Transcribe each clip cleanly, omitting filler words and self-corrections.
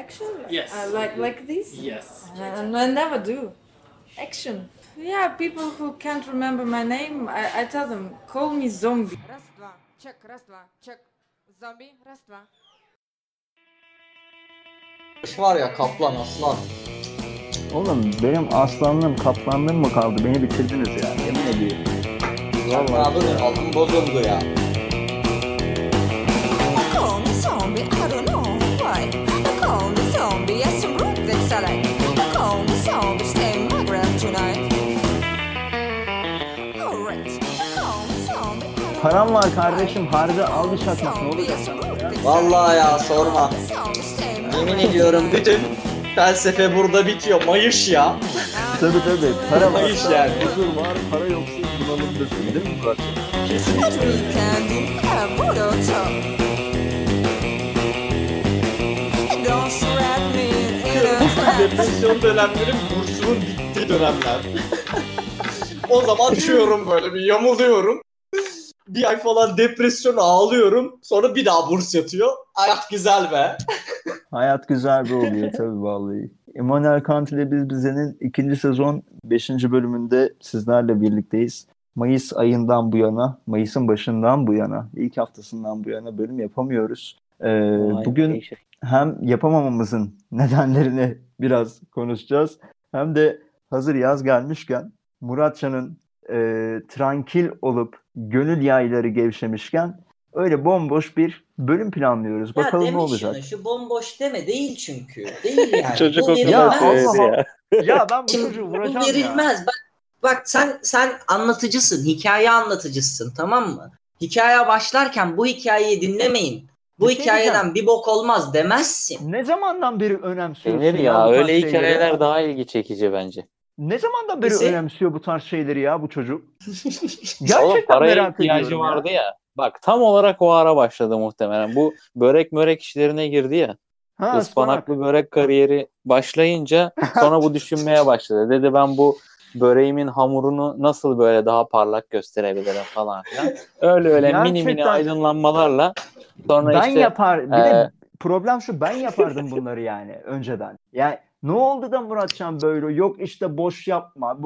action? Yes. Like this? Yes. I never do. Action. Yeah, people who can't remember my name, I tell them, call me zombie. Раз, два, чек, раз, два, чек. Зомби, раз, два. Var ya kaplan aslan. Oğlum benim aslanlığım kaplanlığım mı kaldı? Beni bitirdiniz ya. Yemin ediyorum. Vallahi dur aldım bozuldu ya. Call me zombie, I don't know why. Call me zombie, yes, some root that's alike. Call me zombie, stay in my grave tonight. Alright. Call me zombie, I don't Param var know kardeşim. why. Harbi al bir Call me çakmak. Ne zombie, olacak? yes, some root that's Vallahi ya sorma. alike. Zombie, stay in my Yemin grave ediyorum tonight. bütün felsefe burada bitiyor. Mayış ya. Tabii. Para var. Hayır yani. Huzur var. Para yoksa bunalımdasın. Değil mi Murat? What we can do, have put on top. Don't strap me in a trap. Depresyon dönemlerim bursumun bittiği dönemler. O zaman düşüyorum böyle bir yamuluyorum. Bir ay falan depresyon ağlıyorum. Sonra bir daha burs yatıyor. Hayat güzel be. Hayat güzel bir oluyor tabii vallahi. Immanuel Kant ile Biz Bize'nin 2. sezon 5. bölümünde sizlerle birlikteyiz. Mayıs ayından bu yana, Mayıs'ın başından bu yana, ilk haftasından bu yana bölüm yapamıyoruz. Bugün hem yapamamamızın nedenlerini biraz konuşacağız. Hem de hazır yaz gelmişken Muratcan'ın trankil olup gönül yayları gevşemişken öyle bomboş bir bölüm planlıyoruz. Bakalım ne olacak. Şunu, şu bomboş deme değil çünkü. Değil yani. Çocuk Bu okula verilmez. Allah. Ya ben bu Şimdi çocuğu bu vuracağım ya. verilmez. Bak sen anlatıcısın. Hikaye anlatıcısın, tamam mı? Hikaye başlarken bu hikayeyi dinlemeyin. Bu Bir şey hikayeden diyeceğim. bir bok olmaz demezsin. Ne zamandan beri önemsiyorsun Denir bu ya, tarz öyle şeyleri? hikayeler daha ilgi çekici bence. Ne zamandan beri Bizi- önemsiyor bu tarz şeyleri ya bu çocuk? Oğlum Gerçekten paraya merak ihtiyacı ediyorum vardı ya. Bak tam olarak o ara başladı muhtemelen. Bu börek işlerine girdi ya. Ha, Ispanaklı börek kariyeri başlayınca sonra bu düşünmeye başladı. Dedi ben bu böreğimin hamurunu nasıl böyle daha parlak gösterebilirim falan filan. Öyle mini Gerçekten. aydınlanmalarla sonra Ben işte yapar. Bir de problem şu, ben yapardım bunları yani önceden. Yani ne oldu da Muratcan böyle, yok işte boş yapma,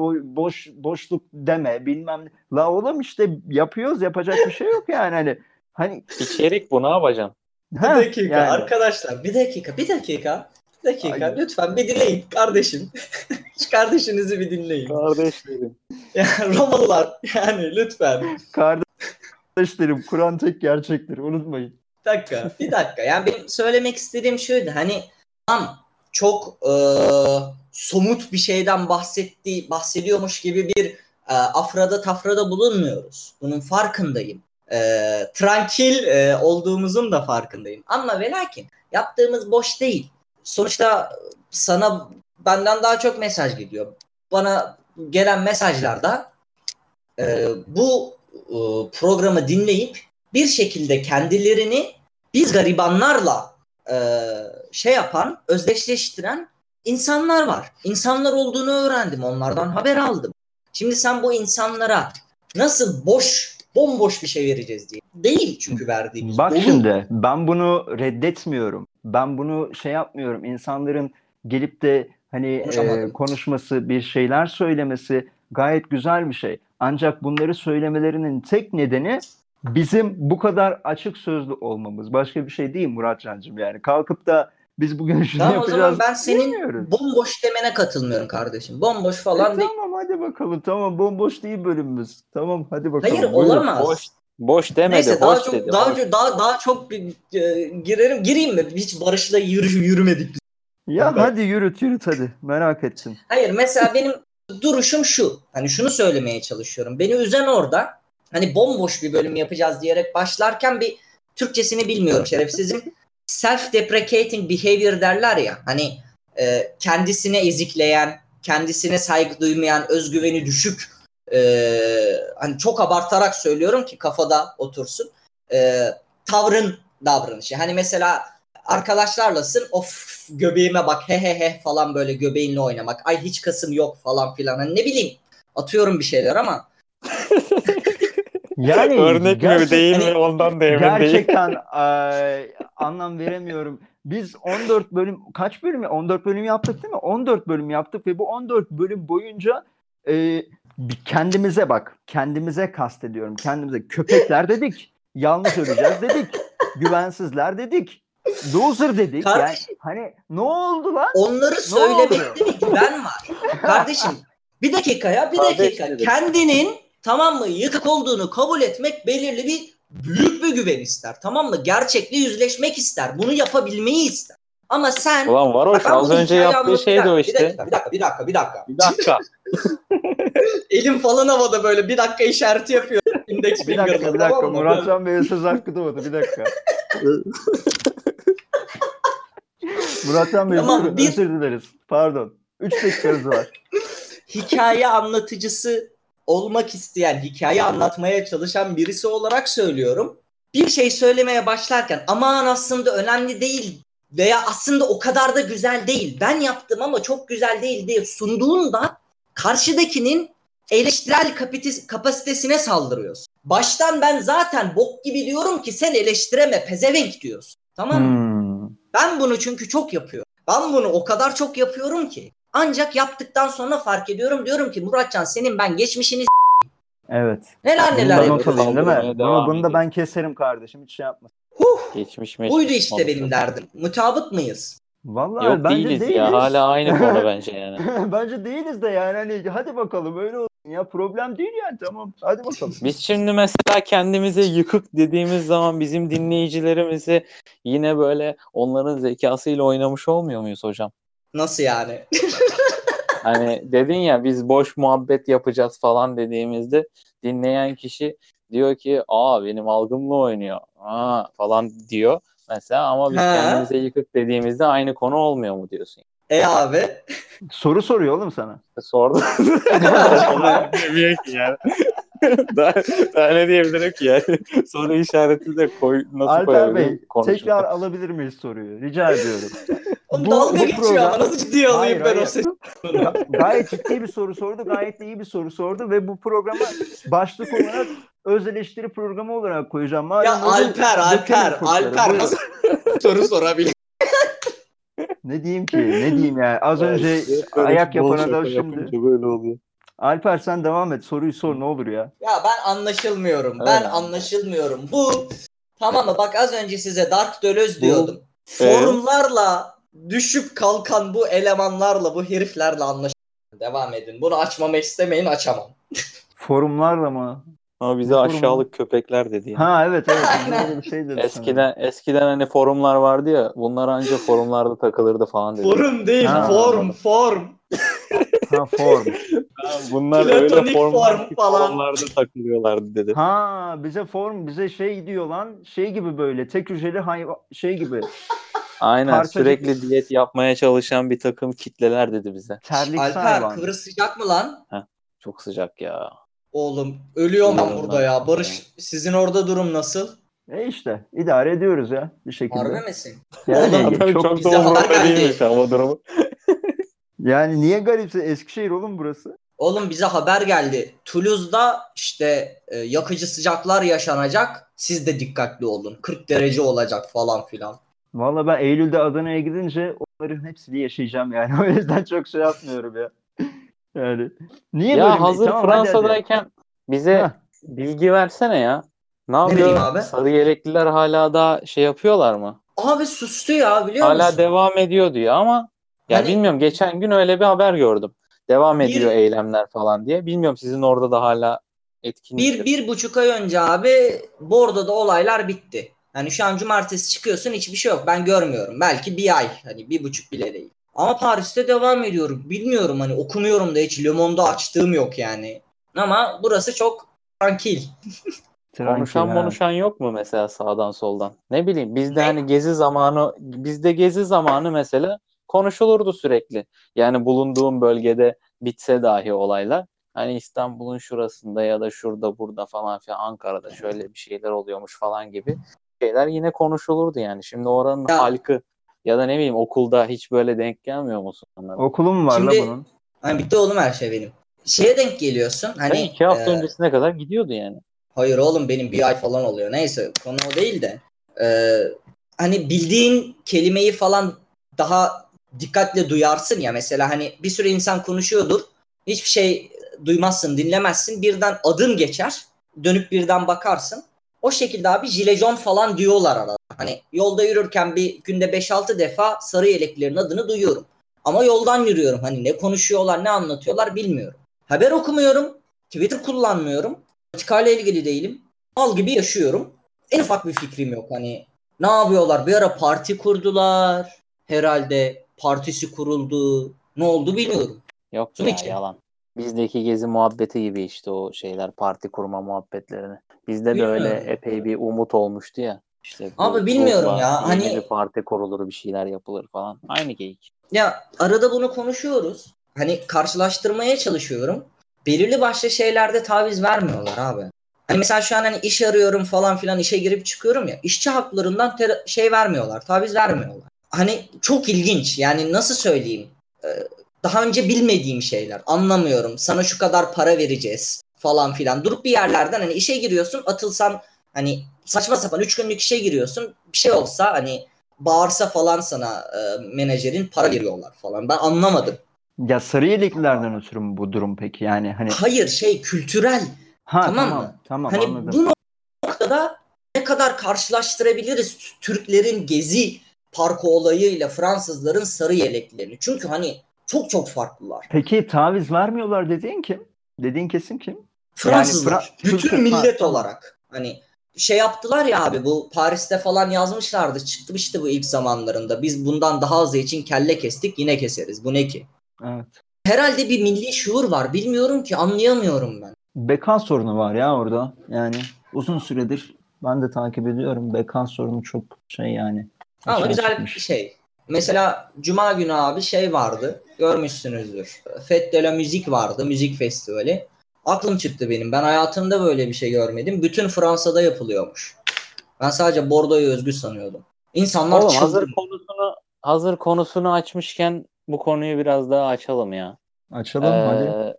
boşluk deme bilmem ne. La oğlum işte yapıyoruz, yapacak bir şey yok yani hani içerik bu, ne yapacaksın? Bir dakika yani. arkadaşlar. Bir dakika. Ay. Lütfen bir dinleyin kardeşim. Şu kardeşinizi bir dinleyin. Kardeşlerim. Ya Romalılar yani lütfen. Kardeşlerim, Kur'an tek gerçektir, unutmayın. Bir dakika. Yani benim söylemek istediğim şuydu. Hani tam çok somut bir şeyden bahsediyormuş gibi bir afrada tafrada bulunmuyoruz. Bunun farkındayım. Trankil olduğumuzun da farkındayım. Ama ve lakin yaptığımız boş değil. Sonuçta sana benden daha çok mesaj geliyor. Bana gelen mesajlarda bu programı dinleyip bir şekilde kendilerini biz garibanlarla özdeşleştiren insanlar var. İnsanlar olduğunu öğrendim. Onlardan haber aldım. Şimdi sen bu insanlara nasıl bomboş bir şey vereceğiz diye. Değil çünkü verdiğimiz. Bak dolu. şimdi ben bunu reddetmiyorum. Ben bunu yapmıyorum. İnsanların gelip de hani konuşması, bir şeyler söylemesi gayet güzel bir şey. Ancak bunları söylemelerinin tek nedeni bizim bu kadar açık sözlü olmamız. Başka bir şey değil Muratcancığım yani. Kalkıp da biz bugün şunu Tamam, yapacağız. o zaman ben senin demiyoruz. bomboş demene katılmıyorum kardeşim. Bomboş falan değil. Tamam hadi bakalım. Tamam, bomboş değil bölümümüz. Tamam hadi bakalım. Hayır, Buyurun. olamaz. Boş demedi, Neyse hoş dedi. daha çok gireyim mi? Hiç Barış'la yürümedik biz. Ya Ben- hadi yürüt hadi. Merak ettim. Hayır, mesela benim duruşum şu. Hani şunu söylemeye çalışıyorum. Beni üzen orada, hani bomboş bir bölüm yapacağız diyerek başlarken bir Türkçesini bilmiyorum şerefsizim. Self-deprecating behavior derler ya. Hani kendisine ezikleyen, kendisine saygı duymayan, özgüveni düşük, hani çok abartarak söylüyorum ki kafada otursun. Davranışı. Hani mesela arkadaşlarlasın, of göbeğime bak he he he falan, böyle göbeğinle oynamak. Ay hiç kasım yok falan filan. Hani ne bileyim, atıyorum bir şeyler ama Yani Örnek mi değil mi hani- ondan da emin değilim. gerçekten anlam veremiyorum. Biz 14 bölüm, kaç bölüm? 14 bölüm yaptık değil mi? 14 bölüm yaptık ve bu 14 bölüm boyunca kendimize bak. Kendimize kastediyorum. Kendimize köpekler dedik. Yanlış öleceğiz dedik. Güvensizler dedik. Loser dedik. Yani Kardeşim, hani ne oldu lan? onları oldu? söylemekte bir güven var. Kardeşim bir dakika ya, bir dakika. dedim. Kendinin, tamam mı, yıkık olduğunu kabul etmek belirli bir büyük bir güven ister. Tamam mı? Gerçekle yüzleşmek ister. Bunu yapabilmeyi ister. Ama sen Ulan Varoş ben az bunu önce hikaye yaptığı şey de o işte. Bir dakika. Bir dakika. Elim falan havada böyle bir dakika işareti yapıyor. Index Bir dakika, finger'la, bir dakika. tamam mı? Muratcan Bey'e söz hakkı doğdu. Bir dakika. Muratcan Bey, Tamam, buyurun. bir- Özür dileriz. Pardon. 3 dakikanız var. Hikaye anlatıcısı olmak isteyen, hikaye anlatmaya çalışan birisi olarak söylüyorum. Bir şey söylemeye başlarken aman aslında önemli değil veya aslında o kadar da güzel değil, ben yaptım ama çok güzel değil diye sunduğunda karşıdakinin eleştirel kapasitesine saldırıyorsun. Baştan ben zaten bok gibi diyorum ki sen eleştireme pezevenk diyorsun. Tamam mı? Ben bunu çünkü çok yapıyorum. Ben bunu o kadar çok yapıyorum ki. Ancak yaptıktan sonra fark ediyorum. Diyorum ki Muratcan, senin ben geçmişini Evet. neler Bunu neler da not yapıyorsun. alayım değil mi? Kaldırmaya devam Bunu da ediyor. ben keserim kardeşim. Hiç şey yapma. Geçmiş Buydu işte konuşuyor. benim derdim. Mutabık mıyız? Vallahi Yok bence değiliz değiliz. ya. Hala aynı konu bence yani. Bence değiliz de yani hani hadi bakalım öyle olsun ya, problem değil yani, tamam hadi bakalım. Biz şimdi mesela kendimize yıkık dediğimiz zaman bizim dinleyicilerimizi yine böyle onların zekasıyla oynamış olmuyor muyuz hocam? Nasıl yani? Hani dedin ya biz boş muhabbet yapacağız falan dediğimizde dinleyen kişi diyor ki benim algımla oynuyor falan diyor mesela, ama biz Ha. kendimize yıkık dediğimizde aynı konu olmuyor mu diyorsun? Abi. Soru soruyor oğlum sana. Sordum. Diyemiyor ki yani. daha ne diyebilirim ki yani? Soru işareti de nasıl Alper koyabilirim Bey konuşurken? tekrar alabilir miyiz soruyu? Rica ediyorum. Oğlum Bu- dalga bu geçiyor program- ama nasıl ciddiye alayım Hayır, ben o hayır. sesi? Gayet ciddi bir soru sordu. Gayet de iyi bir soru sordu ve bu programa başlık olarak öz eleştiri programı olarak koyacağım. Malum Ya bugün dökelim kurtları. Alper Buyurun. nasıl soru sorabilir? Ne diyeyim ki? Ne diyeyim ya? Az önce Böyle ayak bol yapana şaka da şimdi. yapınca böyle oluyor. Alper sen devam et. Soruyu sor ne olur ya. Ya ben anlaşılmıyorum. Evet. Ben anlaşılmıyorum. Bu, tamam mı? Bak az önce size Dark Dölöz diyordum. Evet. Forumlarla düşüp kalkan bu elemanlarla, bu heriflerle anlaşılmıyorum. Devam edin. Bunu açmamı istemeyin, açamam. Forumlarla mı? Ama bize Ne forumu? aşağılık köpekler dedi yani. Ha evet. Aynen. Böyle bir şey dedi sanırım. Eskiden hani forumlar vardı ya, bunlar ancak forumlarda takılırdı falan dedi. Forum değil, Ha, form. Ha form. Bunlar Platonik öyle formlar form ki falan. forumlarda takılıyorlardı dedi. Ha bize form, bize şey diyor lan, şey gibi böyle tek hücreli hayvan şey gibi, Aynen, Parçacık. sürekli diyet yapmaya çalışan bir takım kitleler dedi bize. terlikli Alper, hayvan. Kıbrıs sıcak mı lan? Çok sıcak ya. Oğlum ölüyorum ben Ölüyorum burada ben. ya. Barış, sizin orada durum nasıl? İşte idare ediyoruz ya bir şekilde. Harbi misin? Yani Oğlum, çok bize haber geldi. değilmiş ama durumu. yani niye garipse, Eskişehir oğlum burası. Oğlum bize haber geldi. Toulouse'da işte yakıcı sıcaklar yaşanacak. Siz de dikkatli olun. 40 derece olacak falan filan. Valla ben Eylül'de Adana'ya gidince onların hepsini yaşayacağım yani. O yüzden çok şey yapmıyorum ya. Yani niye böyle Ya bir- hazır Tamam, hadi, hadi. Fransa'dayken bize Heh. bilgi versene ya. Ne bileyim yapıyor? abi? Sarı yelekliler hala da şey yapıyorlar mı? Abi sustu ya, biliyor Hala musun? devam ediyor diyor ama ya Hani- bilmiyorum, geçen gün öyle bir haber gördüm. Devam Bir- ediyor eylemler falan diye. Bilmiyorum sizin orada da hala etkin midir? 1,5 ay önce abi Bordo'da olaylar bitti. Hani şu an cumartesi çıkıyorsun, hiçbir şey yok. Ben görmüyorum. Belki bir ay. Hani 1,5 bile değil. Ama Paris'te devam ediyorum. Bilmiyorum, hani okumuyorum da, hiç Le Monde'da açtığım yok yani. Ama burası çok tranquil. Konuşan yok mu mesela sağdan soldan? Ne bileyim bizde Ne? hani gezi zamanı mesela konuşulurdu sürekli. Yani bulunduğum bölgede bitse dahi olaylar. Hani İstanbul'un şurasında ya da şurada burada falan filan, Ankara'da şöyle bir şeyler oluyormuş falan gibi şeyler yine konuşulurdu yani. Şimdi oranın Ya. halkı ya da ne bileyim okulda hiç böyle denk gelmiyor musun onlara? Okulum var Şimdi- la bunun. Hani bitti oğlum her şey benim. Şeye denk geliyorsun. Sen Hani 2 hafta öncesine kadar gidiyordu yani. hayır oğlum, benim bir ay falan oluyor. Neyse, konu o değil de. hani bildiğin kelimeyi falan daha dikkatle duyarsın ya. Mesela hani bir sürü insan konuşuyordur. Hiçbir şey duymazsın, dinlemezsin. Birden adın geçer. Dönüp birden bakarsın. O şekilde abi jilejon falan diyorlar arada. Hani yolda yürürken bir günde 5-6 defa sarı yeleklilerin adını duyuyorum. Ama yoldan yürüyorum. Hani ne konuşuyorlar, ne anlatıyorlar bilmiyorum. Haber okumuyorum. Twitter kullanmıyorum. Politikayla ilgili değilim. Al gibi yaşıyorum. En ufak bir fikrim yok. Hani ne yapıyorlar? Bir ara parti kurdular. Herhalde partisi kuruldu. Ne oldu bilmiyorum. Yok Bunun ya, için. yalan. Bizdeki gezi muhabbeti gibi işte o şeyler, parti kurma muhabbetlerini. Bizde de öyle Bilmiyorum. epey bir umut olmuştu ya. İşte bu Abi bilmiyorum ruhla ya. yeni bir Hani parti kurulur, bir şeyler yapılır falan. Aynı geyik. ya arada bunu konuşuyoruz. Hani karşılaştırmaya çalışıyorum. Belirli başlı şeylerde taviz vermiyorlar abi. Hani mesela şu an hani iş arıyorum falan filan, işe girip çıkıyorum ya. İşçi haklarından şey vermiyorlar, taviz vermiyorlar. Hani çok ilginç. Yani nasıl söyleyeyim? Ee, Daha önce bilmediğim şeyler. Anlamıyorum. Sana şu kadar para vereceğiz falan filan. Durup bir yerlerden hani işe giriyorsun, atılsan hani saçma sapan 3 günlük işe giriyorsun. Bir şey olsa hani bağırsa falan sana menajerin para veriyorlar falan. Ben anlamadım. Ya sarı yeleklilerden ötürü mü bu durum peki? Yani hani Hayır şey kültürel, ha tamam tamam mı? tamam Hani anladım. bu noktada ne kadar karşılaştırabiliriz Türklerin Gezi Parkı olayıyla Fransızların sarı yeleklerini? Çünkü hani çok çok farklılar. Peki taviz vermiyorlar dediğin kim? Dediğin kesim kim? Yani Fransızlar bütün kültür. Ha millet tamam. olarak hani şey yaptılar ya abi, bu Paris'te falan yazmışlardı, çıkmıştı bu ilk zamanlarında. Biz bundan daha azı için kelle kestik, yine keseriz. Bu ne ki? Evet. Herhalde bir milli şuur var. Bilmiyorum ki, anlayamıyorum ben. Beka sorunu var ya orada. Yani uzun süredir ben de takip ediyorum. Beka sorunu çok şey yani Ama açığa güzel bir çıkmış. şey. Mesela Cuma günü abi şey vardı. Görmüşsünüzdür. Fête de la Musique vardı. Müzik festivali. Aklım çıktı benim. Ben hayatımda böyle bir şey görmedim. Bütün Fransa'da yapılıyormuş. Ben sadece Bordeaux'u özgü sanıyordum. İnsanlar Oğlum çıldırmış. hazır konusunu açmışken bu konuyu biraz daha açalım ya. Açalım hadi. Ee,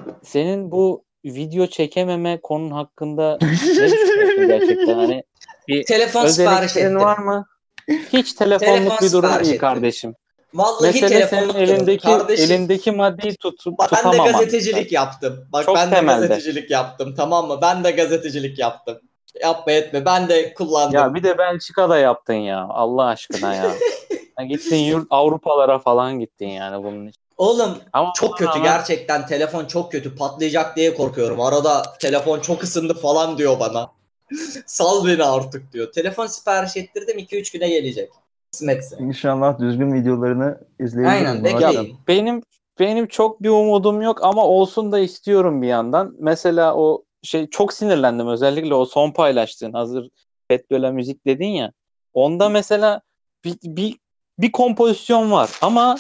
Senin bu video çekememe konun hakkında ne düşünüyorsun gerçekten? Hani bir Telefon öz sipariş eleştirin var ettim. mı? Hiç Telefon telefonluk bir durum sipariş değil ettim. kardeşim. Vallahi Mesele senin telefonluk durum. Kardeşim, elindeki maddeyi ben de tutamaman. Bak, gazetecilik yaptım. Bak çok ben de temelde. gazetecilik yaptım, tamam mı? Ben de gazetecilik yaptım. Yapma etme. Ben de Ya kullandım. bir de Belçika'da yaptın ya. Allah aşkına ya. Ha, gittin Avrupalara falan gittin yani bunun için. Oğlum Ama çok buna kötü rağmen gerçekten. Telefon çok kötü. Patlayacak diye korkuyorum. Arada telefon çok ısındı falan diyor bana. Sal beni artık diyor. Telefon sipariş ettirdim. 2-3 güne gelecek. Kısmetse. İnşallah düzgün videolarını izleyebiliriz Aynen, ya Muratçım. bekleyin. benim çok bir umudum yok ama olsun da istiyorum bir yandan. Mesela o şey, çok sinirlendim özellikle o son paylaştığın hazır Fethullah müzik dedin ya. Onda mesela bir kompozisyon var ama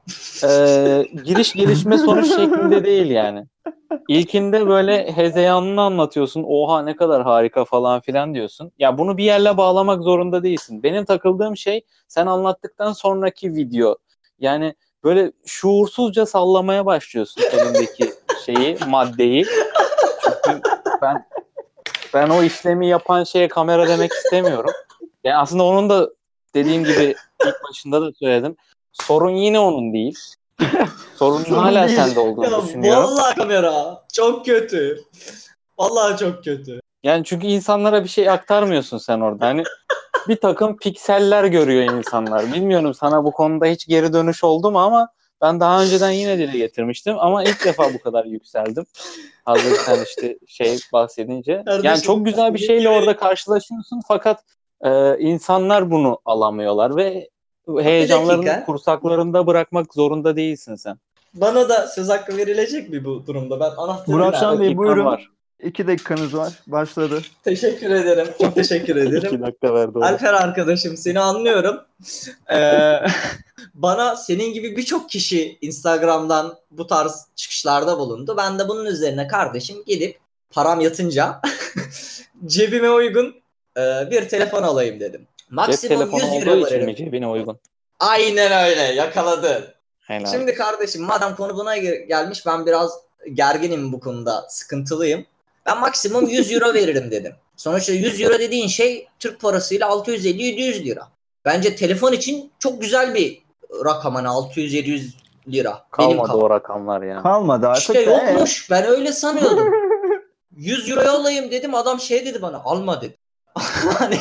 giriş gelişme sonuç şeklinde değil yani. İlkinde böyle hezeyanını anlatıyorsun. Oha ne kadar harika falan filan diyorsun. Ya bunu bir yerle bağlamak zorunda değilsin. Benim takıldığım şey sen anlattıktan sonraki video. Yani böyle şuursuzca sallamaya başlıyorsun elindeki maddeyi. Çünkü ben o işlemi yapan şeye kamera demek istemiyorum. Yani aslında onun da dediğim gibi ilk başında da söyledim. Sorun yine onun değil. Sorunun Sorun hala değil. sende Ya olduğunu düşünüyorum. vallahi kamera çok kötü. Vallahi çok kötü. Yani çünkü insanlara bir şey aktarmıyorsun sen orada. Hani bir takım pikseller görüyor insanlar. Bilmiyorum sana bu konuda hiç geri dönüş oldu mu ama ben daha önceden yine dile getirmiştim ama ilk defa bu kadar yükseldim. Hazır sen işte bahsedince. Yani Kardeşim çok güzel bir senin şeyle orada gibi karşılaşıyorsun fakat insanlar bunu alamıyorlar ve bir heyecanlarını dakika. kursaklarında bırakmak zorunda değilsin sen. Bana da söz hakkı verilecek mi bu durumda? Ben anahtarı İki Muratcan nerede? Bey dakikan buyurun. var. 2 dakikanız var. Başladı. Teşekkür ederim. Çok teşekkür ederim. 2 dakika verdi o da. Alper arkadaşım, seni anlıyorum. Ee, Bana senin gibi birçok kişi Instagram'dan bu tarz çıkışlarda bulundu. Ben de bunun üzerine kardeşim gidip param yatınca cebime uygun bir telefon alayım dedim. Cep Maksimum telefonu 100 olduğu euro için mi veririm. cebine uygun? Aynen öyle, yakaladın. Helal. Şimdi kardeşim madem konu buna gelmiş, ben biraz gerginim bu konuda, sıkıntılıyım. Ben maksimum 100 euro veririm dedim. Sonuçta 100 euro dediğin şey Türk parasıyla 650-700 lira. Bence telefon için çok güzel bir rakam, hani 600-700 lira. Benim Kalmadı o rakamlar ya. Kalmadı artık. İşte yokmuş. Ben öyle sanıyordum. 100 euro alayım dedim. Adam şey dedi bana. Alma dedi. Hani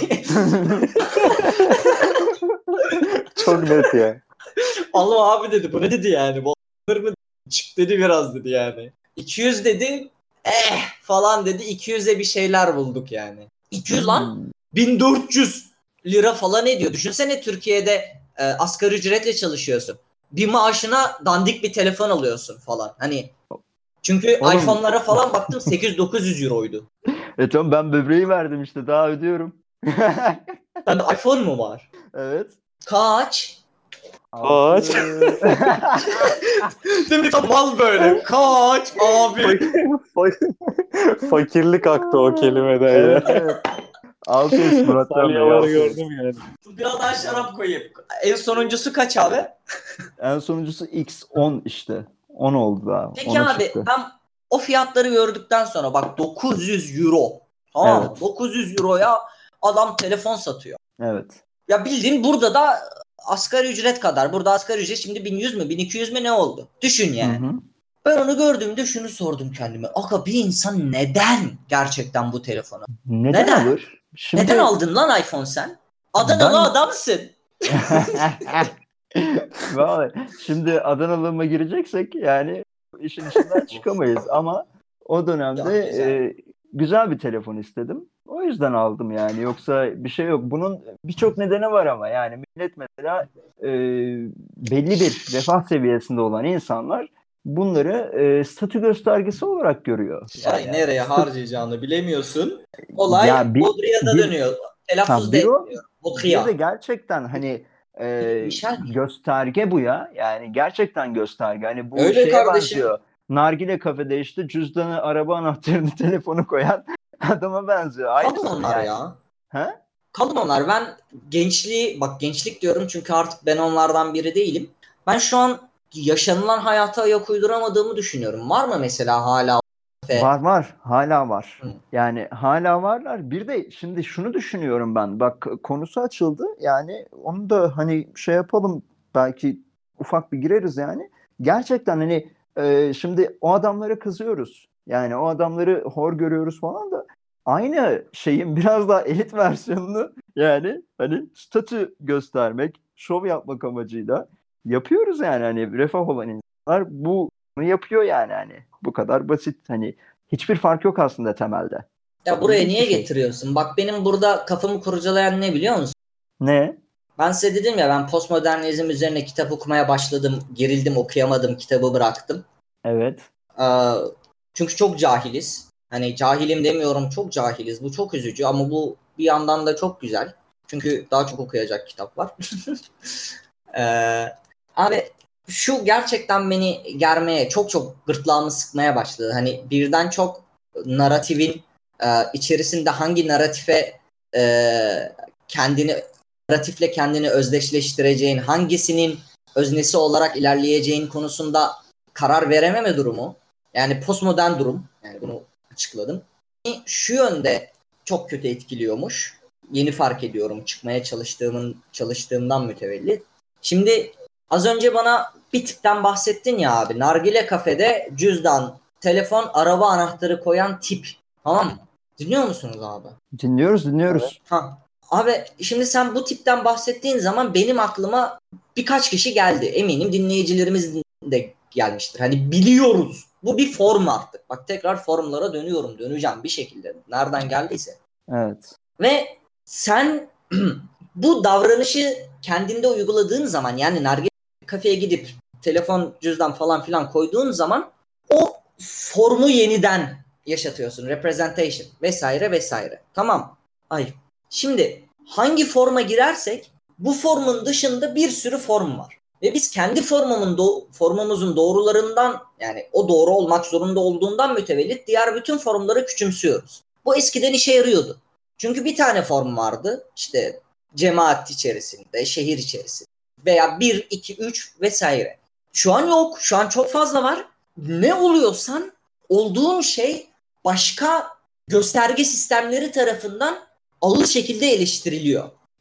Çok net ya. Allah abi dedi. Bu ne dedi yani? Bu alınır mı? Çık dedi biraz dedi yani. 200 dedi. Falan dedi. 200'e bir şeyler bulduk yani. 200 lan. 1400 lira falan ediyor. Düşünsene Türkiye'de asgari ücretle çalışıyorsun. Bir maaşına dandik bir telefon alıyorsun falan. Hani çünkü Oğlum. iPhone'lara falan baktım 800-900 euroydu. Tamam, ben böbreği verdim işte, daha ödüyorum. Sende iPhone mu var? Evet. Kaç? Kaç? Değil mi? Mal böyle. Kaç abi? Fakirlik aktı o kelimeden ya. Evet, evet. 600 Muratcan Bey. Salyaları 600. gördüm yani. Biraz daha şarap koyayım. En sonuncusu kaç abi? En sonuncusu X10 işte. 10 oldu daha. Peki Ona abi çıktı. ben o fiyatları gördükten sonra bak 900 euro. Tamam mı? Evet. 900 euroya adam telefon satıyor. Evet. Ya bildiğin burada da asgari ücret kadar. Burada asgari ücret şimdi 1100 mü 1200 mü ne oldu? Düşün yani. Hı hı. Ben onu gördüğümde şunu sordum kendime. Aga bir insan neden gerçekten bu telefonu? Neden alır? Şimdi... Neden aldın lan iPhone sen? Adanalı adamsın. Vallahi şimdi Adanalığıma gireceksek yani işin içinden çıkamayız ama o dönemde Ya, güzel. Güzel bir telefon istedim. O yüzden aldım yani. Yoksa bir şey yok. Bunun birçok nedeni var ama yani millet mesela belli bir refah seviyesinde olan insanlar bunları statü göstergesi olarak görüyor. Yani nereye harcayacağını bilemiyorsun. Olay Ya Bodria'da dönüyor. Telaffuz da etmiyor. Bir de gerçekten hani gösterge bu ya. Yani gerçekten gösterge. Hani bu öyle şeye kardeşim. benziyor. Nargile kafede işte cüzdanı, araba anahtarını, telefonu koyan adama benziyor. Kaldım onlar yani. ya. He? Kaldım onlar. Ben gençlik diyorum çünkü artık ben onlardan biri değilim. Ben şu an yaşanılan hayata ayak uyduramadığımı düşünüyorum. Var mı mesela hala? Var. Hala var. Hı. Yani hala varlar. Bir de şimdi şunu düşünüyorum ben. Bak konusu açıldı. Yani onu da hani şey yapalım. Belki ufak bir gireriz yani. Gerçekten hani şimdi o adamlara kızıyoruz. Yani o adamları hor görüyoruz falan da aynı şeyin biraz daha elit versiyonunu yani hani statü göstermek, şov yapmak amacıyla yapıyoruz yani. Hani refah olan insanlar bunu yapıyor yani hani. Bu kadar basit. Hani hiçbir fark yok aslında temelde. Ya buraya İlginç niye bir şey. getiriyorsun? Bak benim burada kafamı kurcalayan ne biliyor musun? Ne? Ben size dedim ya ben postmodernizm üzerine kitap okumaya başladım. Gerildim, okuyamadım, kitabı bıraktım. Evet. Çünkü çok cahiliz. Hani cahilim demiyorum, çok cahiliz. Bu çok üzücü ama bu bir yandan da çok güzel. Çünkü daha çok okuyacak kitap var. Abi şu gerçekten beni germeye, çok gırtlağımı sıkmaya başladı. Hani birden çok naratifin içerisinde hangi naratife naratifle kendini özdeşleştireceğin, hangisinin öznesi olarak ilerleyeceğin konusunda karar verememe durumu. Yani postmodern durum. Yani bunu açıkladım. Şu yönde çok kötü etkiliyormuş. Yeni fark ediyorum çıkmaya çalıştığımdan mütevellit. Şimdi az önce bana bir tipten bahsettin ya abi. Nargile kafede cüzdan, telefon, araba anahtarı koyan tip. Tamam mı? Dinliyor musunuz abi? Dinliyoruz. Evet. Abi şimdi sen bu tipten bahsettiğin zaman benim aklıma birkaç kişi geldi. Eminim dinleyicilerimiz de gelmiştir. Hani biliyoruz. Bu bir form artık. Bak tekrar formlara döneceğim bir şekilde. Nereden geldiyse. Evet. Ve sen bu davranışı kendinde uyguladığın zaman yani nargile kafeye gidip telefon, cüzdan falan filan koyduğun zaman o formu yeniden yaşatıyorsun. Representation vesaire vesaire. Tamam. Hayır. Şimdi hangi forma girersek bu formun dışında bir sürü form var. Ve biz kendi formumuzun doğrularından yani o doğru olmak zorunda olduğundan mütevellit diğer bütün formları küçümsüyoruz. Bu eskiden işe yarıyordu. Çünkü bir tane form vardı. İşte cemaat içerisinde, şehir içerisinde veya 1, 2, 3 vesaire. Şu an yok. Şu an çok fazla var. Ne oluyorsan olduğun şey başka gösterge sistemleri tarafından ağır şekilde eleştiriliyor.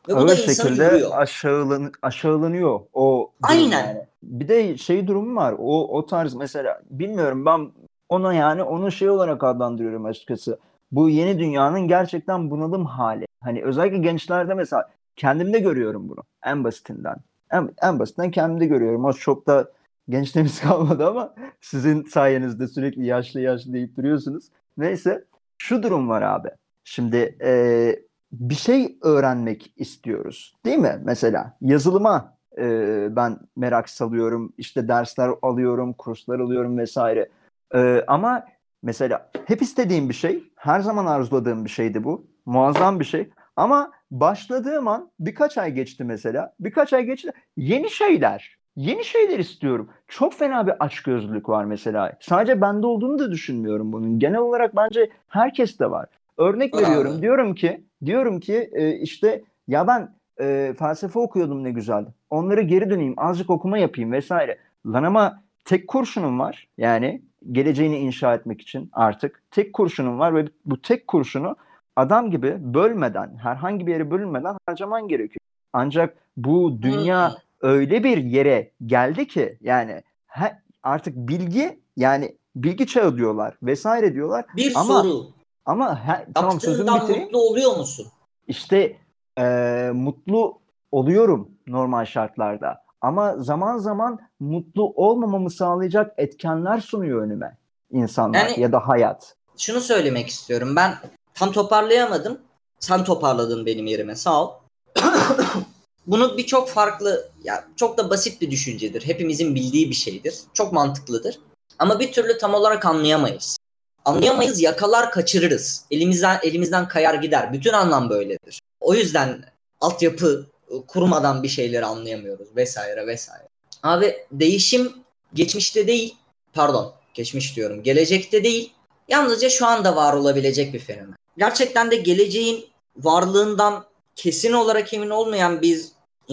Ve bu da ağır insanı şekilde yoruyor. aşağılanıyor o durum Aynen. yani. Bir de şey durumu var. O tarz mesela bilmiyorum, ben ona yani onu şey olarak adlandırıyorum açıkçası. Bu yeni dünyanın gerçekten bunalım hali. Hani özellikle gençlerde mesela kendimde görüyorum bunu en basitinden. En basitinden kendimde görüyorum. O çok da gençliğimiz kalmadı ama sizin sayenizde sürekli yaşlı yaşlı deyip duruyorsunuz. Neyse, şu durum var abi. Şimdi bir şey öğrenmek istiyoruz, değil mi? Mesela yazılıma ben merak salıyorum, işte dersler alıyorum, kurslar alıyorum vesaire. Ama mesela hep istediğim bir şey, her zaman arzuladığım bir şeydi bu. Muazzam bir şey. Ama başladığım an birkaç ay geçti mesela. Birkaç ay geçti. Yeni şeyler istiyorum. Çok fena bir açgözlülük var mesela. Sadece bende olduğunu da düşünmüyorum bunun. Genel olarak bence herkeste var. Örnek veriyorum. Abi. Diyorum ki işte ya ben felsefe okuyordum ne güzel. Onları geri döneyim, azıcık okuma yapayım vesaire. Lan ama tek kurşunum var. Yani geleceğini inşa etmek için artık tek kurşunum var ve bu tek kurşunu adam gibi bölmeden, herhangi bir yere bölünmeden harcaman gerekiyor. Ancak bu dünya öyle bir yere geldi ki yani artık bilgi çağı diyorlar vesaire diyorlar Bir ama soru. tamam, sözümü Yaptığından bitireyim. mutlu oluyor musun? İşte mutlu oluyorum normal şartlarda. Ama zaman zaman mutlu olmamamı sağlayacak etkenler sunuyor önüme insanlar Yani ya da hayat. şunu söylemek istiyorum. Ben tam toparlayamadım. Sen toparladın benim yerime. Sağ ol. Bunu birçok farklı, ya çok da basit bir düşüncedir. Hepimizin bildiği bir şeydir. Çok mantıklıdır. Ama bir türlü tam olarak anlayamayız. Anlayamayız, yakalar kaçırırız. Elimizden kayar gider. Bütün anlam böyledir. O yüzden altyapı kurmadan bir şeyleri anlayamıyoruz vesaire vesaire. Abi değişim geçmişte değil, pardon, geçmiş diyorum, gelecekte değil, yalnızca şu anda var olabilecek bir fenomen. Gerçekten de geleceğin varlığından kesin olarak emin olmayan biz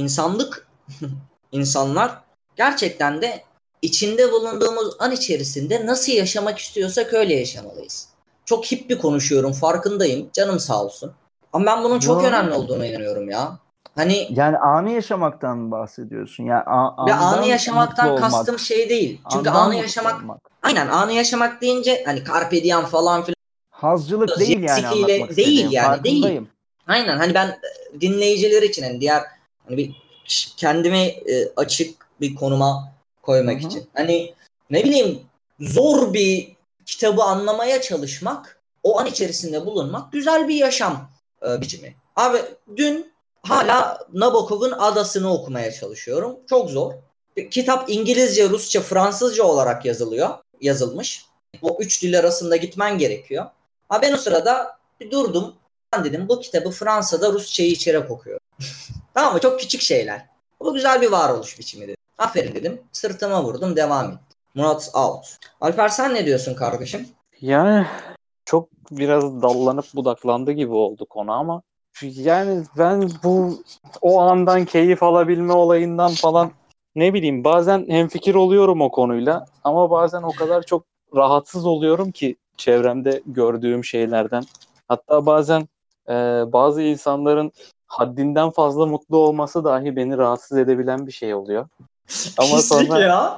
insanlar gerçekten de içinde bulunduğumuz an içerisinde nasıl yaşamak istiyorsak öyle yaşamalıyız. Çok hippi konuşuyorum, farkındayım. Canım sağ olsun. Ama ben bunun çok Yo. önemli olduğuna inanıyorum ya. Hani Yani anı yaşamaktan mı bahsediyorsun? Yani ve andan anı yaşamaktan mutlu olmak. kastım şey değil. Çünkü Andan anı mutlu yaşamak, olmak. aynen, anı yaşamak deyince hani carpe diem falan filan, Hazcılık değil jet yani ski ile anlatmak değil istediğim. yani, değil. Farkındayım. Aynen, hani ben dinleyiciler için, hani diğer, hani bir kendimi açık bir konuma koymak Hı hı. için. Hani ne bileyim, zor bir kitabı anlamaya çalışmak, o an içerisinde bulunmak güzel bir yaşam biçimi. Abi dün hala Nabokov'un Adası'nı okumaya çalışıyorum. Çok zor. Kitap İngilizce, Rusça, Fransızca olarak yazılmış. O üç dil arasında gitmen gerekiyor. Ha, ben o sırada bir durdum. Ben dedim bu kitabı Fransa'da Rusçayı içerek okuyorum. Tamam mı? Çok küçük şeyler. Bu güzel bir varoluş biçimi dedim. Aferin dedim. Sırtıma vurdum. Devam ettim. Murat out. Alper sen ne diyorsun kardeşim? Yani çok biraz dallanıp budaklandı gibi oldu konu ama yani ben o andan keyif alabilme olayından falan ne bileyim, bazen hemfikir oluyorum o konuyla ama bazen o kadar çok rahatsız oluyorum ki çevremde gördüğüm şeylerden. Hatta bazen bazı insanların haddinden fazla mutlu olması dahi beni rahatsız edebilen bir şey oluyor. Ama Pislik sonra ya.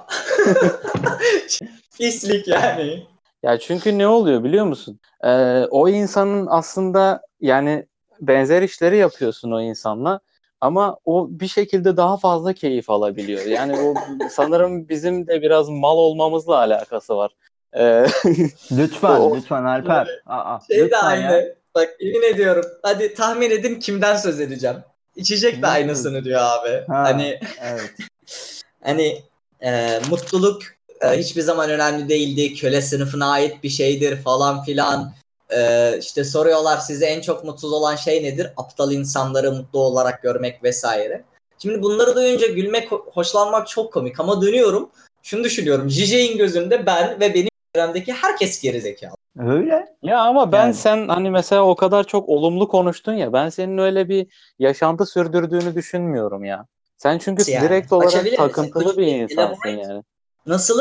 Pislik yani. ya çünkü ne oluyor biliyor musun? O insanın aslında yani benzer işleri yapıyorsun o insanla ama o bir şekilde daha fazla keyif alabiliyor. Yani o sanırım bizim de biraz mal olmamızla alakası var. Lütfen, O, lütfen Alper. Şey de Lütfen ya. aynı. Bak yemin ediyorum. Hadi tahmin edin kimden söz edeceğim. İçecek de Kimden aynısını diyor abi. Ha, evet. Hani mutluluk hiçbir zaman önemli değildi. Köle sınıfına ait bir şeydir falan filan. İşte soruyorlar size en çok mutsuz olan şey nedir? Aptal insanları mutlu olarak görmek vesaire. Şimdi bunları duyunca gülmek, hoşlanmak çok komik ama dönüyorum. Şunu düşünüyorum. JJ'in gözünde ben ve benim çevremdeki herkes gerizekalı. Öyle. ya ama Yani. sen hani mesela o kadar çok olumlu konuştun ya, ben senin öyle bir yaşantı sürdürdüğünü düşünmüyorum ya. Sen çünkü Nasıl yani? direkt olarak Açabilir misin? takıntılı Could bir you insansın elaborate? yani. Nasılım?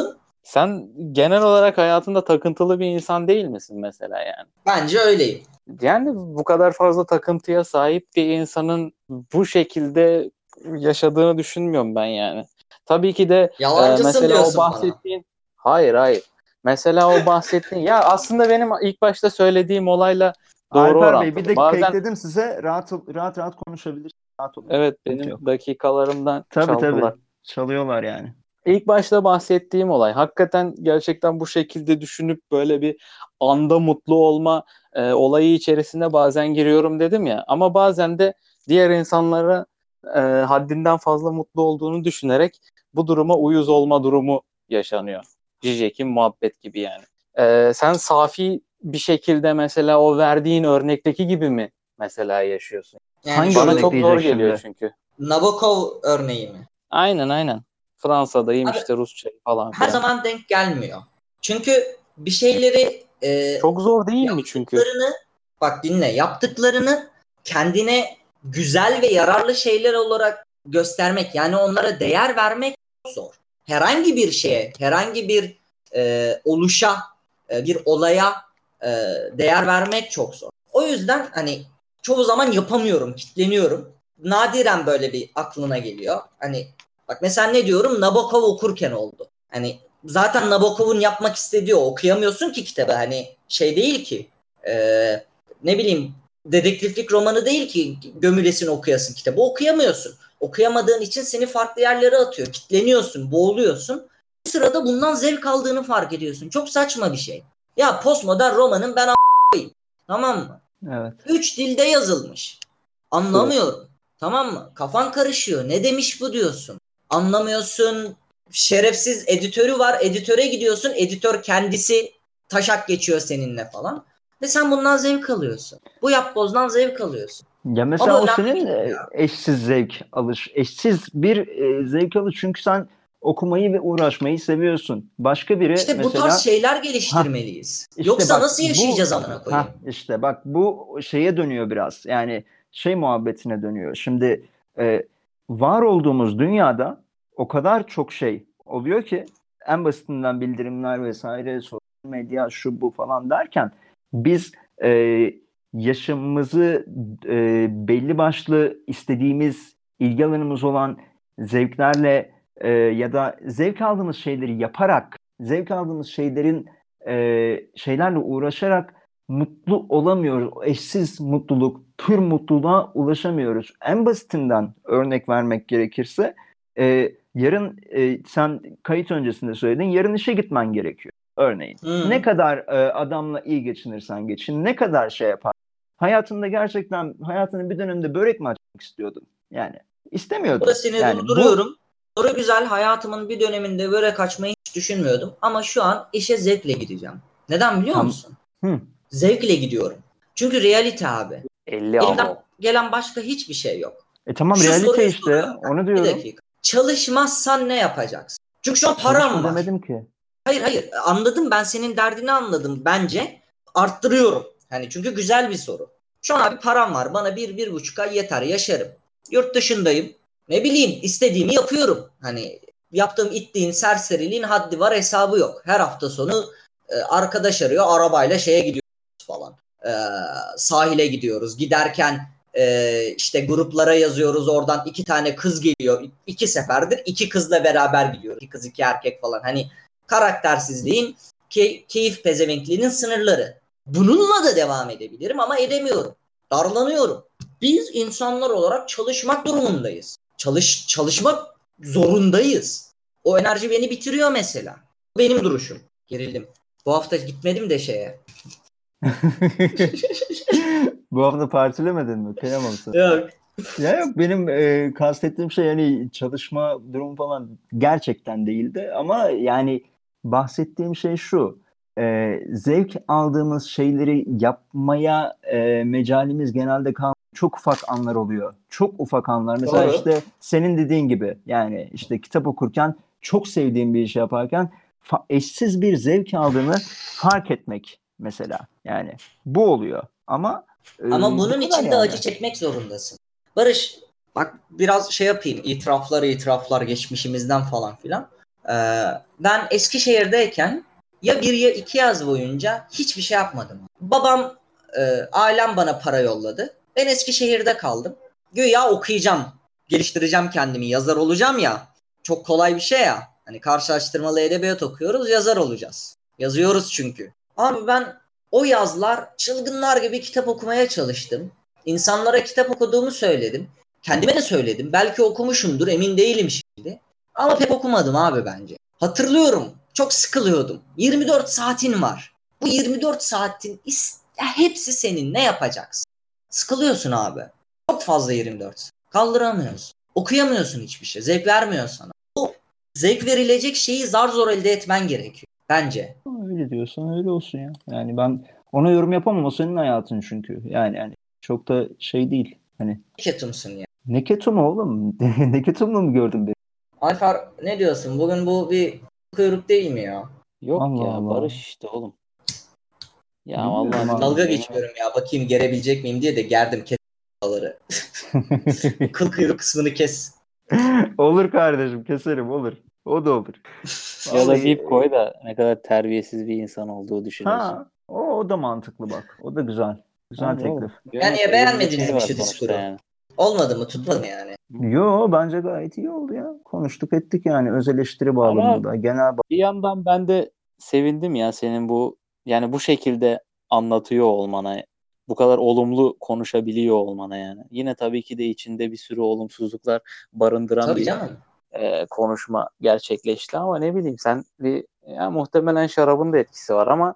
Sen genel olarak hayatında takıntılı bir insan değil misin mesela yani? Bence öyleyim. Yani bu kadar fazla takıntıya sahip bir insanın bu şekilde yaşadığını düşünmüyorum ben yani. Tabii ki de Yalancısın mesela o diyorsun bana. bahsettiğin... Hayır. Mesela o bahsettiğin... Ya aslında benim ilk başta söylediğim olayla doğru Alper Bey bir orantılı. dakika Bazen ekledim size. Rahat konuşabilirsiniz. Rahat olun. evet Sıkıntı benim yok. dakikalarımdan Tabii çaldılar. çalıyorlar yani. İlk başta bahsettiğim olay hakikaten gerçekten bu şekilde düşünüp böyle bir anda mutlu olma olayı içerisinde bazen giriyorum dedim ya. Ama bazen de diğer insanlara haddinden fazla mutlu olduğunu düşünerek bu duruma uyuz olma durumu yaşanıyor. Zizek'in muhabbet gibi yani. Sen safi bir şekilde mesela o verdiğin örnekteki gibi mi mesela yaşıyorsun? Yani Hangi Bana örnek çok zor diyecek geliyor şimdi? çünkü. Nabokov örneği mi? Aynen. Fransa'dayım Abi, işte Rusça falan her filan. zaman denk gelmiyor. Çünkü bir şeyleri Çok zor değil mi çünkü? yaptıklarını, bak dinle, yaptıklarını kendine güzel ve yararlı şeyler olarak göstermek, yani onlara değer vermek çok zor. Herhangi bir şeye, herhangi bir oluşa, bir olaya değer vermek çok zor. O yüzden hani çoğu zaman yapamıyorum, kitleniyorum. Nadiren böyle bir aklına geliyor. Hani bak mesela ne diyorum? Nabokov okurken oldu. Hani zaten Nabokov'un yapmak istediği o. Okuyamıyorsun ki kitabı. Hani şey değil ki. Ne bileyim, dedektiflik romanı değil ki gömülesin okuyasın kitabı. Okuyamıyorsun. Okuyamadığın için seni farklı yerlere atıyor. Kitleniyorsun, boğuluyorsun. Bu sırada bundan zevk aldığını fark ediyorsun. Çok saçma bir şey. Ya postmodern romanın ben a**ayım. Tamam mı? Evet. 3 dilde yazılmış. Anlamıyorum. Tamam mı? Kafan karışıyor. Ne demiş bu diyorsun. Anlamıyorsun. Şerefsiz editörü var. Editöre gidiyorsun. Editör kendisi taşak geçiyor seninle falan. Ve sen bundan zevk alıyorsun. Bu yapbozdan zevk alıyorsun. Ya mesela Ama o önemli senin değil ya. eşsiz zevk alış. Eşsiz bir zevk alış çünkü sen okumayı ve uğraşmayı seviyorsun. Başka biri İşte bu tarz mesela şeyler geliştirmeliyiz. işte Yoksa bak nasıl yaşayacağız amına koyayım? işte bak bu şeye dönüyor biraz. Yani şey muhabbetine dönüyor. Şimdi e, var olduğumuz dünyada o kadar çok şey oluyor ki en basitinden bildirimler vesaire, sosyal medya, şu bu falan derken biz yaşamımızı belli başlı istediğimiz ilgi alanımız olan zevklerle ya da zevk aldığımız şeyleri yaparak, zevk aldığımız şeylerle uğraşarak mutlu olamıyoruz. Eşsiz mutluluk, pür mutluluğa ulaşamıyoruz. En basitinden örnek vermek gerekirse yarın sen kayıt öncesinde söyledin, yarın işe gitmen gerekiyor örneğin. Ne kadar adamla iyi geçinirsen geçin, ne kadar şey yapar. Hayatında gerçekten hayatının bir döneminde börek mi açmak istiyordun? Yani istemiyordun. Burada seni Yani durduruyorum. Soru güzel. Hayatımın bir döneminde börek açmayı hiç düşünmüyordum. Ama şu an işe zevkle gideceğim. Neden biliyor musun? Zevkle gidiyorum. Çünkü realite abi. 50 Elimden ama. gelen başka hiçbir şey yok. Tamam, Şu realite soruyu işte. soruyorum. Onu Bir diyorum. dakika. Çalışmazsan ne yapacaksın? Çünkü şu an param Çalışma var. demedim ki. Hayır. Anladım. Ben senin derdini anladım. Bence arttırıyorum. Hani çünkü güzel bir soru. Şu an abi param var. Bana 1-1,5 ay yeter. Yaşarım. Yurt dışındayım. Ne bileyim, istediğimi yapıyorum. Hani yaptığım ittiğin serseriliğin haddi var hesabı yok. Her hafta sonu arkadaş arıyor. Arabayla şeye gidiyoruz falan. Sahile gidiyoruz. Giderken işte gruplara yazıyoruz. Oradan 2 tane kız geliyor. 2 seferdir 2 kızla beraber gidiyoruz. 2 kız 2 erkek falan. Hani karaktersizliğin, keyif pezevenkliğinin sınırları. Bununla da devam edebilirim ama edemiyorum. Darlanıyorum. Biz insanlar olarak çalışmak durumundayız. Çalışmak zorundayız. O enerji beni bitiriyor mesela. Benim duruşum. Gerildim. Bu hafta gitmedim de şeye. Bu hafta partilemedin mi? Kıyamam sana. Yok. Ya yok, benim kastettiğim şey yani çalışma durumu falan gerçekten değildi ama yani bahsettiğim şey şu: zevk aldığımız şeyleri yapmaya mecalimiz genelde çok ufak anlar oluyor. Çok ufak anlar. Mesela Doğru. işte senin dediğin gibi, yani işte kitap okurken, çok sevdiğim bir iş yaparken eşsiz bir zevk aldığını fark etmek mesela. Yani bu oluyor ama Ama bunun bu kadar için de yani. acı çekmek zorundasın. Barış, bak biraz şey yapayım. İtiraflar geçmişimizden falan filan. Ben Eskişehir'deyken ya bir ya iki yaz boyunca hiçbir şey yapmadım. Babam, ailem bana para yolladı. Ben Eskişehir'de kaldım. Güya okuyacağım, geliştireceğim kendimi, yazar olacağım ya. Çok kolay bir şey ya. Hani karşılaştırmalı edebiyat okuyoruz, yazar olacağız. Yazıyoruz çünkü. Abi ben o yazlar çılgınlar gibi kitap okumaya çalıştım. İnsanlara kitap okuduğumu söyledim. Kendime de söyledim. Belki okumuşumdur, emin değilim şimdi. Ama pek okumadım abi bence. Hatırlıyorum. Çok sıkılıyordum. 24 saatin var. Bu 24 saatin hepsi senin. Ne yapacaksın? Sıkılıyorsun abi. Çok fazla 24 saat. Kaldıramıyorsun. Okuyamıyorsun hiçbir şey. Zevk vermiyor sana. Bu zevk verilecek şeyi zar zor elde etmen gerekiyor. Bence. Öyle diyorsan öyle olsun ya. Yani ben ona yorum yapamam. O senin hayatın çünkü. Yani çok da şey değil. Hani Ketumsun ya. ne ketumu oğlum? Ne ketumlu mu gördün beni? Alper ne diyorsun? Bugün bu bir kuyruk değil mi ya? Yok Allah ya Allah. Barış işte oğlum. Ya Bilmiyorum vallahi abi. Dalga benim- geçiyorum ya. Bakayım gerebilecek miyim diye de gerdim ketumları. Kıl kuyruk kısmını kes. Olur kardeşim, keserim, olur. O da olur. Ya da Vallahi- bip koy da ne kadar terbiyesiz bir insan olduğu düşünüyorsun. Ha, o da mantıklı bak. O da güzel. Güzel Abi teklif. oğlum, Yani elimizde beğenmediniz şey mi var şu sonuçta diskuru? yani. Olmadı mı? Tutmadı mı yani? Yo, bence gayet iyi oldu ya. Konuştuk ettik yani öz eleştiri bağlamında. Genel Bir yandan ben de sevindim ya senin bu yani bu şekilde anlatıyor olmana, bu kadar olumlu konuşabiliyor olmana yani. Yine tabii ki de içinde bir sürü olumsuzluklar barındıran Tabii bir canım. konuşma gerçekleşti ama ne bileyim sen ya muhtemelen şarabın da etkisi var ama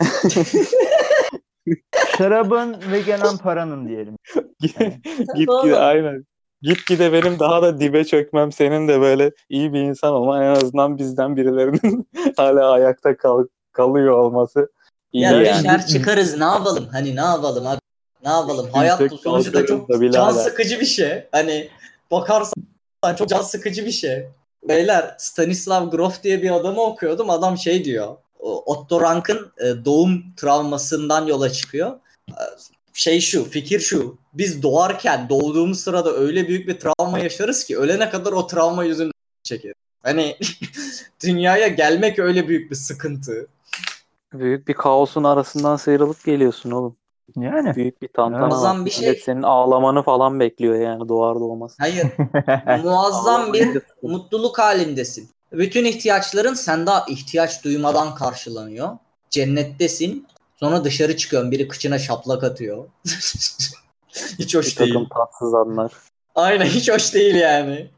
şarabın ve gelen paranın diyelim. gitgide aynen. Gitgide benim daha da dibe çökmem, senin de böyle iyi bir insan olman, en azından bizden birilerinin hala ayakta kalıyor olması iyi Ya yani. düşer çıkarız, ne yapalım? Hani ne yapalım abi? Ne yapalım? Hayat bu Yüksek sonuçta çok kalkarız da can birader. sıkıcı bir şey. Hani bakarsan çok can sıkıcı bir şey. Beyler, Stanislav Grof diye bir adamı okuyordum. Adam şey diyor. Otto Rank'ın doğum travmasından yola çıkıyor. Fikir şu. Biz doğduğumuz sırada öyle büyük bir travma yaşarız ki ölene kadar o travma yüzünden çekeriz. Hani dünyaya gelmek öyle büyük bir sıkıntı. Büyük bir kaosun arasından sıyrılıp geliyorsun oğlum. Yani. Büyük bir tantana Muazzam var. bir şey. Millet senin ağlamanı falan bekliyor yani doğar doğmaz. Hayır. Muazzam bir Ağlamayınca sıkıntı. mutluluk halindesin. Bütün ihtiyaçların sende ihtiyaç duymadan karşılanıyor. Cennettesin. Sonra dışarı çıkıyorsun. Biri kıçına şaplak atıyor. Hiç Bir hoş takım değil. tatsız anlar. Aynen, hiç hoş değil yani.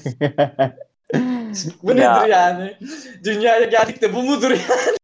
Bu Ya. nedir yani? Dünyaya geldik de bu mudur yani?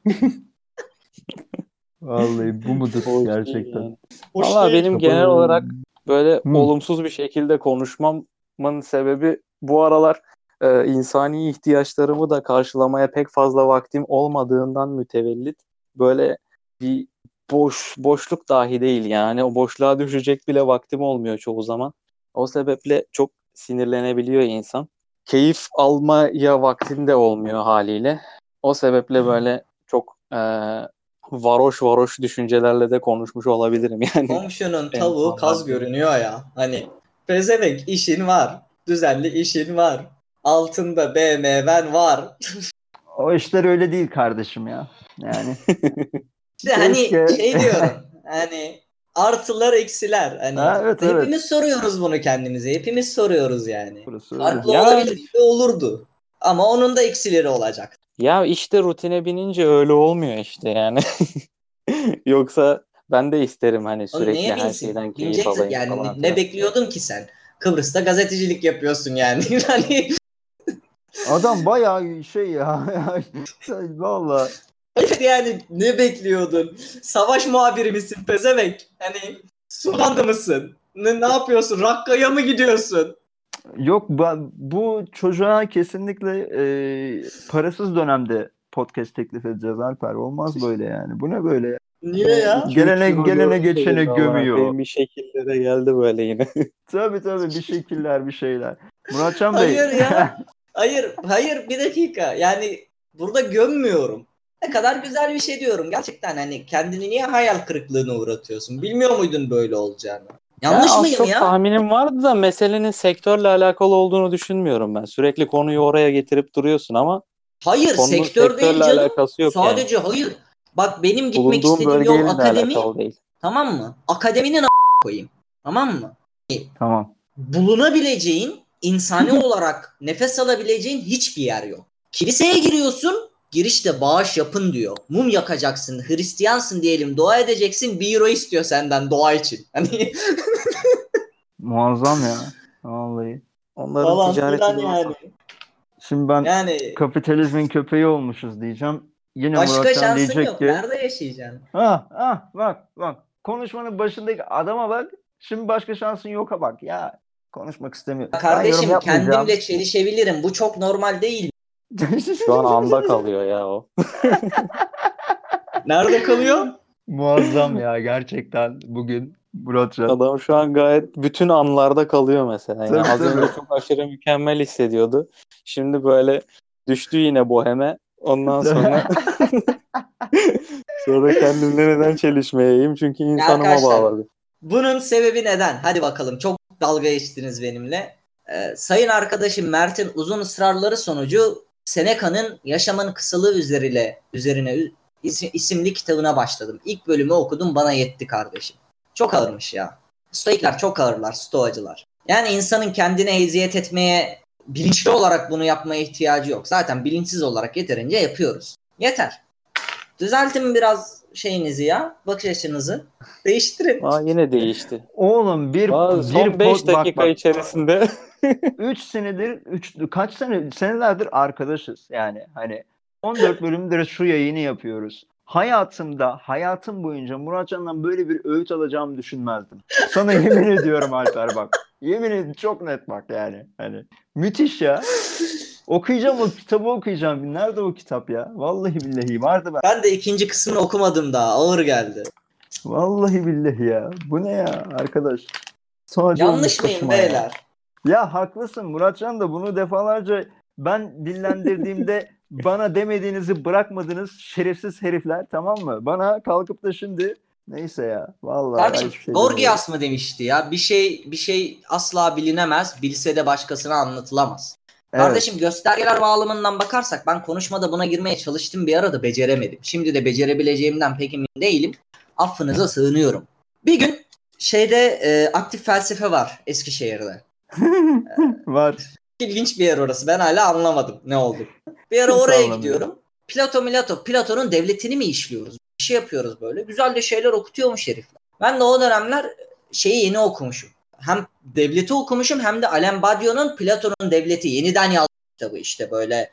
Vallahi bu mudur Hoş değil gerçekten? yani. Hoş Valla değil. benim genel olarak böyle Hı. olumsuz bir şekilde konuşmamın sebebi bu aralar insani ihtiyaçlarımı da karşılamaya pek fazla vaktim olmadığından mütevellit. Böyle bir boşluk dahi değil yani. O boşluğa düşecek bile vaktim olmuyor çoğu zaman. O sebeple çok sinirlenebiliyor insan. Keyif almaya vaktin de olmuyor haliyle. O sebeple böyle çok varoş düşüncelerle de konuşmuş olabilirim yani. Komşunun En tavuğu son kaz vakti. görünüyor ya. Hani pezevenk işin var. Düzenli işin var. Altında BMW'n var. O işler öyle değil kardeşim ya. Yani İşte hani Keşke. şey diyorum. Hani artılar eksiler. Hani Ha, evet, hepimiz soruyoruz bunu kendimize. Hepimiz soruyoruz yani. burası öyle. Farklı Ya- olabilirdi, olurdu. Ama onun da eksileri olacak. Ya işte rutine binince öyle olmuyor işte yani. Yoksa ben de isterim hani Onu sürekli neye her bilsin? şeyden keyif Bineceksin alayım yani. falan Ne filan. bekliyordun ki sen? Kıbrıs'ta gazetecilik yapıyorsun yani. Hani Adam bayağı şey ya. Vallahi. hayır yani ne bekliyordun? Savaş muhabiri misin pezevenk? Hani Sudan'da mısın? Ne yapıyorsun? Rakka'ya mı gidiyorsun? Yok, bu çocuğa kesinlikle parasız dönemde podcast teklif edeceğiz Alper. Olmaz böyle yani. Bu ne böyle ya? Niye ya? Gelene geçene gömüyor. Bir şekilde de geldi böyle yine. Tabii bir şekiller bir şeyler. Muratcan Bey. Hayır ya. Hayır bir dakika. Yani burada gömmüyorum. Ne kadar güzel bir şey diyorum. Gerçekten hani kendini niye hayal kırıklığına uğratıyorsun? Bilmiyor muydun böyle olacağını? Yanlış az mıyım çok ya? tahminim vardı da meselenin sektörle alakalı olduğunu düşünmüyorum ben. Sürekli konuyu oraya getirip duruyorsun ama Hayır, konunun sektör değil sektörle canım. alakası yok yani. Sadece hayır. Bak benim gitmek Bulunduğun istediğim yol bölgeyle de akademi. alakalı değil. Tamam mı? Akademinin koyayım. Tamam mı? Tamam. Bulunabileceğin, insani olarak nefes alabileceğin hiçbir yer yok. Kiliseye giriyorsun, girişte bağış yapın diyor. Mum yakacaksın, Hristiyansın diyelim, dua edeceksin, 1 euro istiyor senden dua için. Hani Muazzam ya. Vallahi. Onların falan ticareti filan de yani. Şimdi ben Yani kapitalizmin köpeği olmuşuz diyeceğim. Yine başka Muratcan şansın diyecek yok. ki Nerede yaşayacaksın? bak konuşmanın başındaki adama bak. Şimdi başka şansın yoka bak ya. Konuşmak istemiyorum. Ben yorum Kardeşim yapmayacağım. kendimle çelişebilirim. Bu çok normal değil. şu an anda kalıyor ya o. Nerede kalıyor? Muazzam ya gerçekten bugün Muratcan. Adam şu an gayet bütün anlarda kalıyor mesela. Yani Tabii, az tabii. önce çok aşırı mükemmel hissediyordu. Şimdi böyle düştü yine boheme. Ondan sonra kendimle neden çelişmeyeyim? Çünkü insanıma Arkadaşlar, bağladı. bunun sebebi neden? Hadi bakalım. Çok dalga geçtiniz benimle. Sayın arkadaşım Mert'in uzun ısrarları sonucu Seneca'nın Yaşamın Kısalığı üzerine isimli kitabına başladım. İlk bölümü okudum, bana yetti kardeşim. Çok ağırmış ya. Stoikler çok ağırlar, stoacılar. Yani insanın kendine eziyet etmeye, bilinçli olarak bunu yapmaya ihtiyacı yok. Zaten bilinçsiz olarak yeterince yapıyoruz. Yeter. Düzeltin biraz şeyinizi ya, bakış açınızı. Değiştirin. Yine değişti. Oğlum Son 5 dakika içerisinde 3 senedir kaç senelerdir arkadaşız yani hani 14 bölümdür şu yayını yapıyoruz. Hayatım boyunca Muratcan'dan böyle bir öğüt alacağımı düşünmezdim. Sana yemin ediyorum Alper bak. Yemin ediyorum çok net bak yani. Hani müthiş ya. Okuyacağım, o kitabı okuyacağım. Nerede o kitap ya? Vallahi billahi vardı ben. Ben de ikinci kısmını okumadım daha. Ağır geldi. Vallahi billahi ya. Bu ne ya arkadaş? Sadece Yanlış mıyım başıma ya. beyler? Ya haklısın Muratcan da bunu defalarca ben dillendirdiğimde bana demediğinizi bırakmadınız şerefsiz herifler, tamam mı? Bana kalkıp da şimdi neyse ya vallahi Kardeşim hiçbir şey Gorgias mı demişti ya? Bir şey asla bilinemez, bilse de başkasına anlatılamaz. Evet. Kardeşim göstergeler bağlamından bakarsak ben konuşmada buna girmeye çalıştım, bir ara da beceremedim. Şimdi de becerebileceğimden pek emin değilim. Affınıza sığınıyorum. Bir gün aktif felsefe var Eskişehir'de. Var. İlginç bir yer orası. Ben hala anlamadım ne oldu. Bir ara oraya gidiyorum. Platon'un devletini mi işliyoruz? Bir şey yapıyoruz böyle. Güzel de şeyler okutuyormuş herifler. Ben de o dönemler yeni okumuşum. Hem devleti okumuşum hem de Alain Badiou'nun Platon'un Devleti yeniden yazdığı kitabı, işte böyle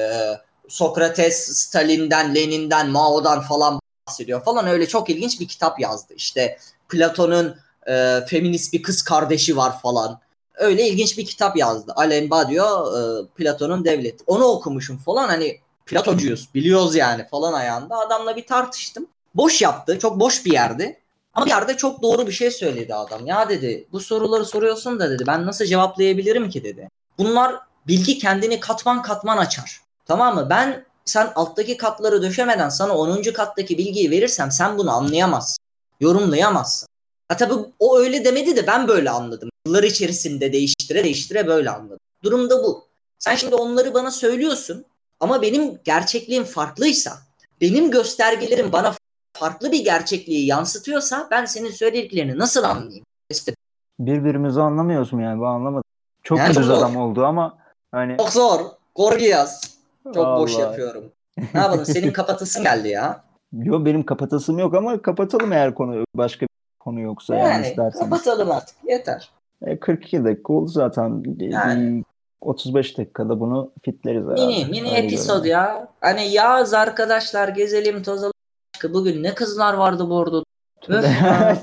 Sokrates, Stalin'den, Lenin'den, Mao'dan falan bahsediyor falan, öyle çok ilginç bir kitap yazdı. İşte Platon'un feminist bir kız kardeşi var falan. Öyle ilginç bir kitap yazdı. Alain Badiou, Platon'un Devleti. Onu okumuşum falan, hani Platoncuyuz, biliyoruz yani falan ayağında. Adamla bir tartıştım. Boş yaptı. Çok boş bir yerdi. Ama bir yerde çok doğru bir şey söyledi adam. Ya dedi, bu soruları soruyorsun da dedi, ben nasıl cevaplayabilirim ki dedi. Bunlar bilgi kendini katman katman açar. Tamam mı? Sen alttaki katları döşemeden sana 10. kattaki bilgiyi verirsem sen bunu anlayamazsın. Yorumlayamazsın. Tabii o öyle demedi de ben böyle anladım. Yıllar içerisinde değiştire böyle anladım. Durum da bu. Sen şimdi onları bana söylüyorsun ama benim gerçekliğim farklıysa, benim göstergelerim bana farklı bir gerçekliği yansıtıyorsa ben senin söylediklerini nasıl anlayayım? Birbirimizi anlamıyoruz mu yani? Ben anlamadım. Çok Yani ucuz çok zor. adam oldu ama hani Çok zor. Gorgias. Çok boş Allah. yapıyorum. Ne yapalım? Senin kapatasın geldi ya. Yo, benim kapatasım yok ama kapatalım eğer başka bir konu yoksa yani isterseniz. Kapatalım artık. Yeter. 42 dakika oldu zaten. Yani. 35 dakikada bunu fitleriz herhalde. Mini Öyle episod görünüyor. ya. Hani yaz arkadaşlar, gezelim tozalım. Bugün ne kızlar vardı bu arada. Öf ya.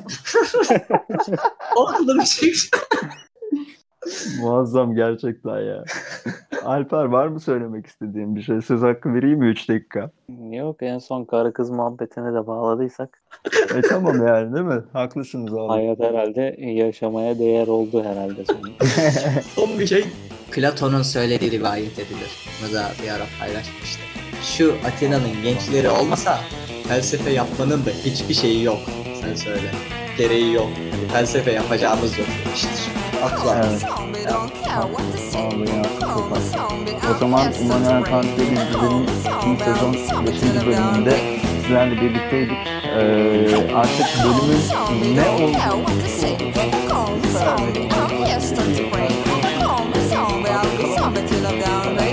Aklım çıktı. Muazzam gerçekten ya. Alper, var mı söylemek istediğin bir şey? Söz hakkı vereyim mi 3 dakika? yok, en son karı kız muhabbetine de bağladıysak Tamam yani, değil mi? Haklısınız abi. hayat herhalde yaşamaya değer oldu herhalde sonunda. Son bir şey. Platon'un söylediği rivayet edilir. Bunu da bir ara paylaşmıştım. Şu Atina'nın gençleri olmasa felsefe yapmanın da hiçbir şeyi yok. Sen söyle. gereği yok. Felsefe yapacağımız yok demiştir. Haklı. Evet. Vallahi ya, çok haklı. O zaman Immanuel Kant diye bir dizinin ilk sezon 5. bölümünde sizlerle birlikteydik. Artık bölümün ne olduğunu Zombie, I'll be a stunt to break. Call me zombie, I'll be zombie till I'm down.